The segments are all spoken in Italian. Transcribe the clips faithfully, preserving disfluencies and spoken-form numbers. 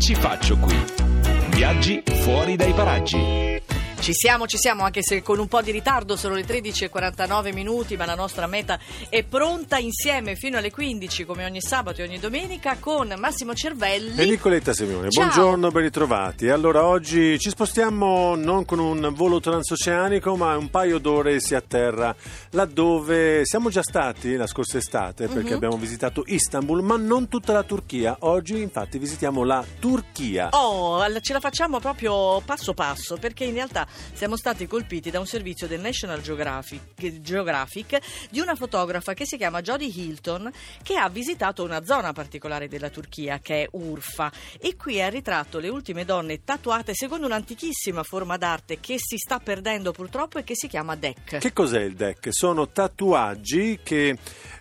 ci faccio qui? Viaggi fuori dai paraggi. Ci siamo, ci siamo, anche se con un po' di ritardo, sono le tredici e quarantanove minuti, ma la nostra meta è pronta, insieme fino alle quindici, come ogni sabato e ogni domenica, con Massimo Cervelli e Nicoletta Simeone. Ciao. Buongiorno, ben ritrovati. Allora, oggi ci spostiamo non con un volo transoceanico, ma un paio d'ore si atterra laddove siamo già stati la scorsa estate, perché mm-hmm. abbiamo visitato Istanbul, ma non tutta la Turchia. Oggi, infatti, visitiamo la Turchia. Oh, ce la facciamo proprio passo passo, perché in realtà siamo stati colpiti da un servizio del National Geographic, Geographic di una fotografa che si chiama Jodie Hilton, che ha visitato una zona particolare della Turchia, che è Urfa, e qui ha ritratto le ultime donne tatuate secondo un'antichissima forma d'arte che si sta perdendo purtroppo e che si chiama dek. Che cos'è il dek? Sono tatuaggi che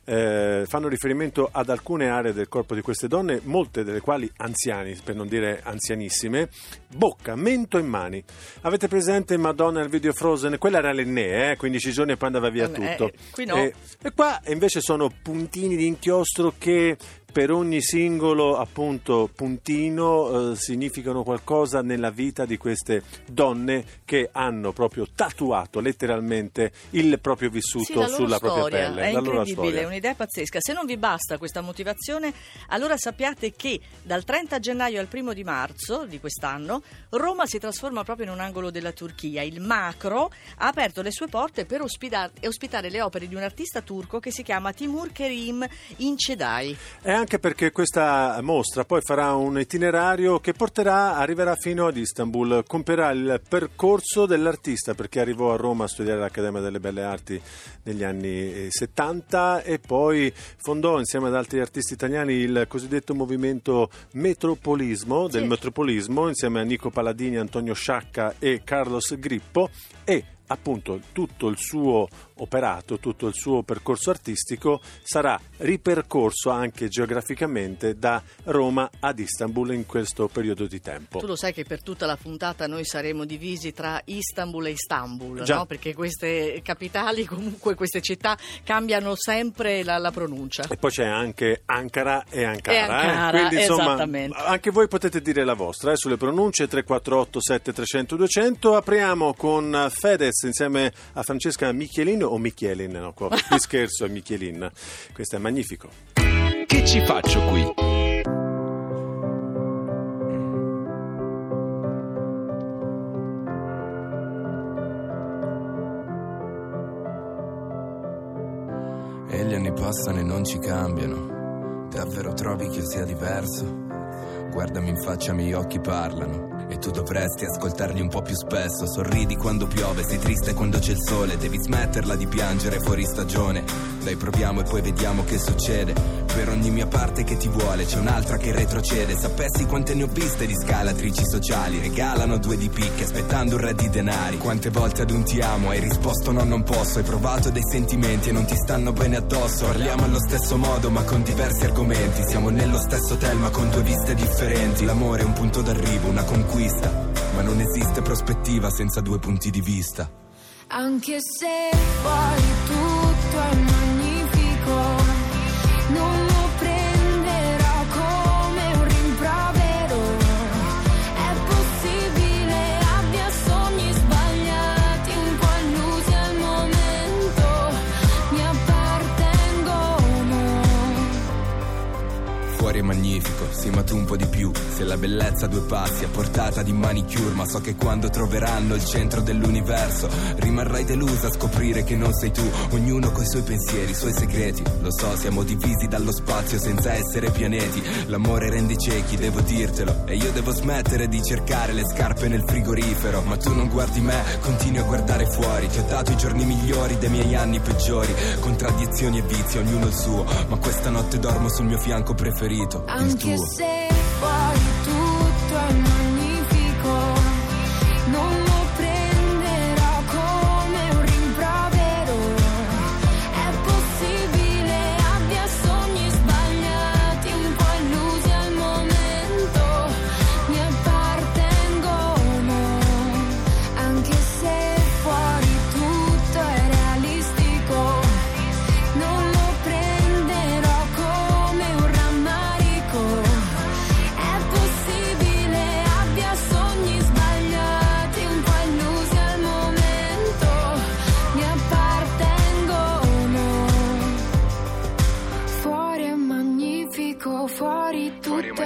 eh, fanno riferimento ad alcune aree del corpo di queste donne, molte delle quali anziani, per non dire anzianissime, bocca, mento e mani. Avete presente Madonna nel video Frozen? Quella era l'Enne, eh? quindici giorni e poi andava via tutto. Eh, qui no. E, e qua invece sono puntini di inchiostro che per ogni singolo appunto puntino eh, significano qualcosa nella vita di queste donne che hanno proprio tatuato letteralmente il proprio vissuto sì, sulla storia. propria pelle. È la loro incredibile, storia. È un'idea pazzesca. Se non vi basta questa motivazione, allora sappiate che dal trenta gennaio al primo di marzo di quest'anno Roma si trasforma proprio in un angolo della Turchia. Il Macro ha aperto le sue porte per ospitare, ospitare le opere di un artista turco che si chiama Timur Kerim Incedai. È anche perché questa mostra poi farà un itinerario che porterà, arriverà fino ad Istanbul, compierà il percorso dell'artista, perché arrivò a Roma a studiare all'Accademia delle Belle Arti negli anni settanta e poi fondò insieme ad altri artisti italiani il cosiddetto movimento metropolismo, del sì. metropolismo, insieme a Nico Palladini, Antonio Sciacca e Carlos Grippo, e appunto tutto il suo operato, tutto il suo percorso artistico sarà ripercorso anche geograficamente da Roma ad Istanbul in questo periodo di tempo. Tu lo sai che per tutta la puntata noi saremo divisi tra Istanbul e Istanbul, Già. no? Perché queste capitali, comunque queste città, cambiano sempre la, la pronuncia. E poi c'è anche Ankara e Ankara. E Ankara, eh? Quindi insomma, esattamente. anche voi potete dire la vostra eh, sulle pronunce. Tre quattro otto sette trecento duecento. Apriamo con Fedez insieme a Francesca Michelin o Michelin, no, qua qui scherzo, è Michelin. Questo è magnifico. Che ci faccio qui? E gli anni passano e non ci cambiano. Davvero trovi che io sia diverso? Guardami in faccia, i miei occhi parlano. E tu dovresti ascoltarli un po' più spesso. Sorridi quando piove, sei triste quando c'è il sole. Devi smetterla di piangere fuori stagione. Dai, proviamo e poi vediamo che succede. Per ogni mia parte che ti vuole c'è un'altra che retrocede. Sapessi quante ne ho viste di scalatrici sociali. Regalano due di picche aspettando un re di denari. Quante volte ad un ti amo hai risposto no, non posso. Hai provato dei sentimenti e non ti stanno bene addosso. Parliamo allo stesso modo ma con diversi argomenti. Siamo nello stesso hotel ma con due viste differenti. L'amore è un punto d'arrivo, una conquista, ma non esiste prospettiva senza due punti di vista. Anche se poi tutto è magnifico, non lo prenderò come un rimprovero. È possibile abbia sogni sbagliati, un po' illusi al momento, mi appartengono. Fuori è magnifico, sì ma tu un po' di più. Se la bellezza a due passi a portata di manicure, ma so che quando troveranno il centro dell'universo rimarrai delusa a scoprire che non sei tu. Ognuno coi suoi pensieri, i suoi segreti. Lo so, siamo divisi dallo spazio senza essere pianeti. L'amore rende ciechi, devo dirtelo. E io devo smettere di cercare le scarpe nel frigorifero. Ma tu non guardi me, continui a guardare fuori. Ti ho dato i giorni migliori dei miei anni peggiori. Contraddizioni e vizi, ognuno il suo. Ma questa notte dormo sul mio fianco preferito, il tuo. Anche se poi tutto è magnifico, non lo prenderò come un rimprovero. È possibile abbia sogni sbagliati, un po' illusi al momento, mi appartengono. Anche se fuori tutto è realistico, non lo prenderò come un rammarico.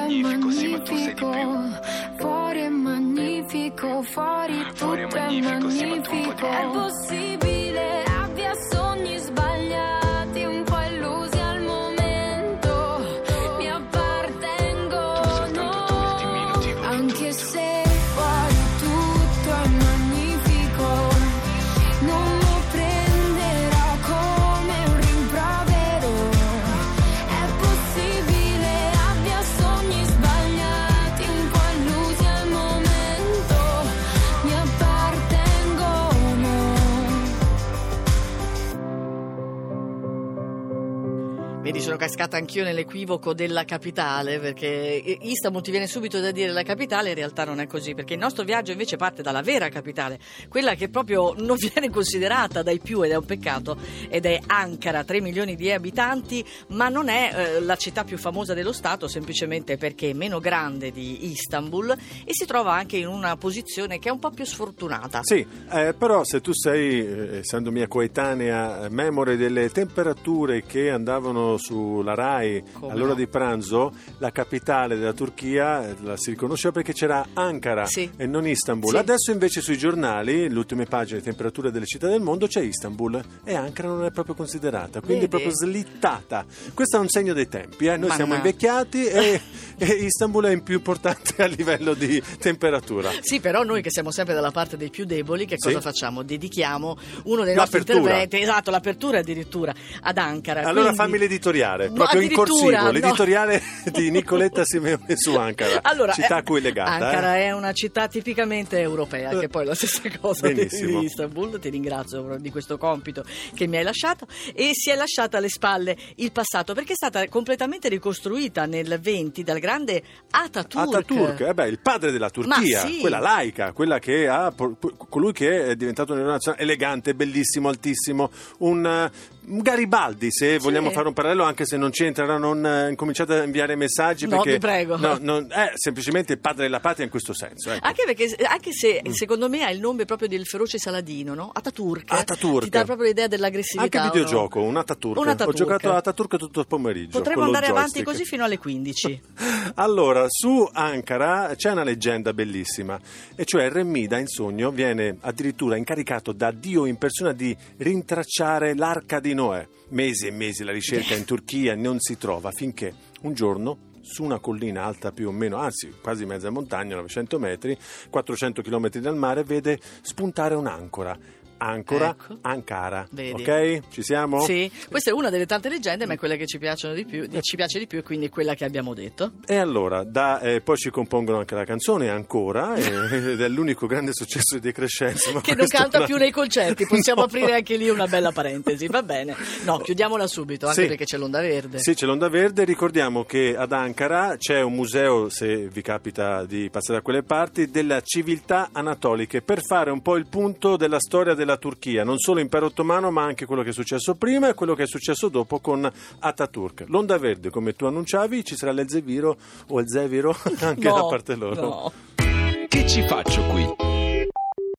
magnifico, sì, ma tu sei di più. Fuori è magnifico, fuori tutto Fuori è è magnifico, sì, ma tu un po' di magnifico. più. È possibile abbia sogni sbagliati, un po' illusi al momento, mi appartengono. Tu soltanto tu, il diminutivo di Anche tutto. se fuori tutto è magnifico, non lo prenderò come un rimprovero. È possibile abbia sogni sbagliati, un po' illusi al momento, mi appartengono. Vedi, sono cascata anch'io nell'equivoco della capitale, perché Istanbul ti viene subito da dire la capitale, in realtà non è così, perché il nostro viaggio invece parte dalla vera capitale, quella che proprio non viene considerata dai più, ed è un peccato, ed è Ankara, tre milioni di abitanti, ma non è eh, la città più famosa dello Stato, semplicemente perché è meno grande di Istanbul e si trova anche in una posizione che è un po' più sfortunata. Sì, eh, però se tu sei, eh, essendo mia coetanea, eh, memore delle temperature che andavano sulla Rai Come all'ora no? di pranzo, la capitale della Turchia eh, la si riconosceva perché c'era Ankara Sì. e non Istanbul. Sì. Adesso invece sui giornali, le ultime pagine, temperature delle città del mondo, c'è Istanbul e Ankara non è proprio considerata, quindi è Vedi? proprio slittata. Questo è un segno dei tempi, eh. Noi siamo Mannaggia. invecchiati e, e Istanbul è in più importante a livello di temperatura. Sì, però noi che siamo sempre dalla parte dei più deboli, che Sì. cosa facciamo? Dedichiamo uno dei nostri L'apertura. interventi, esatto, l'apertura addirittura, ad Ankara. Allora Quindi- fammi l'editoriale, No, proprio in addirittura, corsivo, no. l'editoriale di Nicoletta Simeone su Ankara, Allora, città eh, a cui è legata. Ankara eh. è una città tipicamente europea, che poi è la stessa cosa di, Benissimo. di Istanbul. Ti ringrazio di questo compito che mi hai lasciato, e si è lasciata alle spalle il passato, perché è stata completamente ricostruita nel venti dal grande Ataturk. Ataturk, eh beh, il padre della Turchia, Ma sì. quella laica, quella che ha colui che è diventato un eroe nazionale, elegante, bellissimo, altissimo, un, eh, un Garibaldi, se vogliamo fare un parallelo, anche se non c'entra, non eh, incominciate a inviare messaggi No, perché ti prego. no, non- è semplicemente il padre della patria in questo senso. Ecco. Anche perché, anche se Mm. secondo me ha il nome proprio del feroce Saladino, no? Ataturk. Ataturk. Ti dà proprio l'idea dell'aggressività. Anche o no? videogioco, un Ataturk. Un Ataturk. Ho giocato a Ataturk tutto il pomeriggio. Potremmo con lo andare avanti joystick. così fino alle quindici. Allora, su Ankara c'è una leggenda bellissima, e cioè Re Mida in sogno viene addirittura incaricato da Dio in persona di rintracciare l'arca di Noè. Mesi e mesi la ricerca in Turchia non si trova, finché un giorno su una collina alta più o meno, anzi quasi mezza montagna, novecento metri, quattrocento chilometri dal mare, vede spuntare un'ancora. Ancora, Ecco. Ankara. Vedi. Ok? Ci siamo? Sì, questa è una delle tante leggende, ma è quella che ci piacciono di più, ci piace di più, e quindi è quella che abbiamo detto. E allora, da, eh, poi ci compongono anche la canzone Ancora, eh, ed è l'unico grande successo di De Crescenzo. ma Che non questo canta è una- più nei concerti, possiamo No. aprire anche lì una bella parentesi, va bene. No, chiudiamola subito, anche Sì. perché c'è l'onda verde. Sì, c'è l'Onda Verde. Ricordiamo che ad Ankara c'è un museo, se vi capita di passare da quelle parti, della civiltà anatoliche, per fare un po' il punto della storia della Turchia, non solo impero ottomano, ma anche quello che è successo prima e quello che è successo dopo con Ataturk. L'Onda Verde, come tu annunciavi, ci sarà l'Elzeviro o il Zeviro anche No, da parte loro. no. Che ci faccio qui?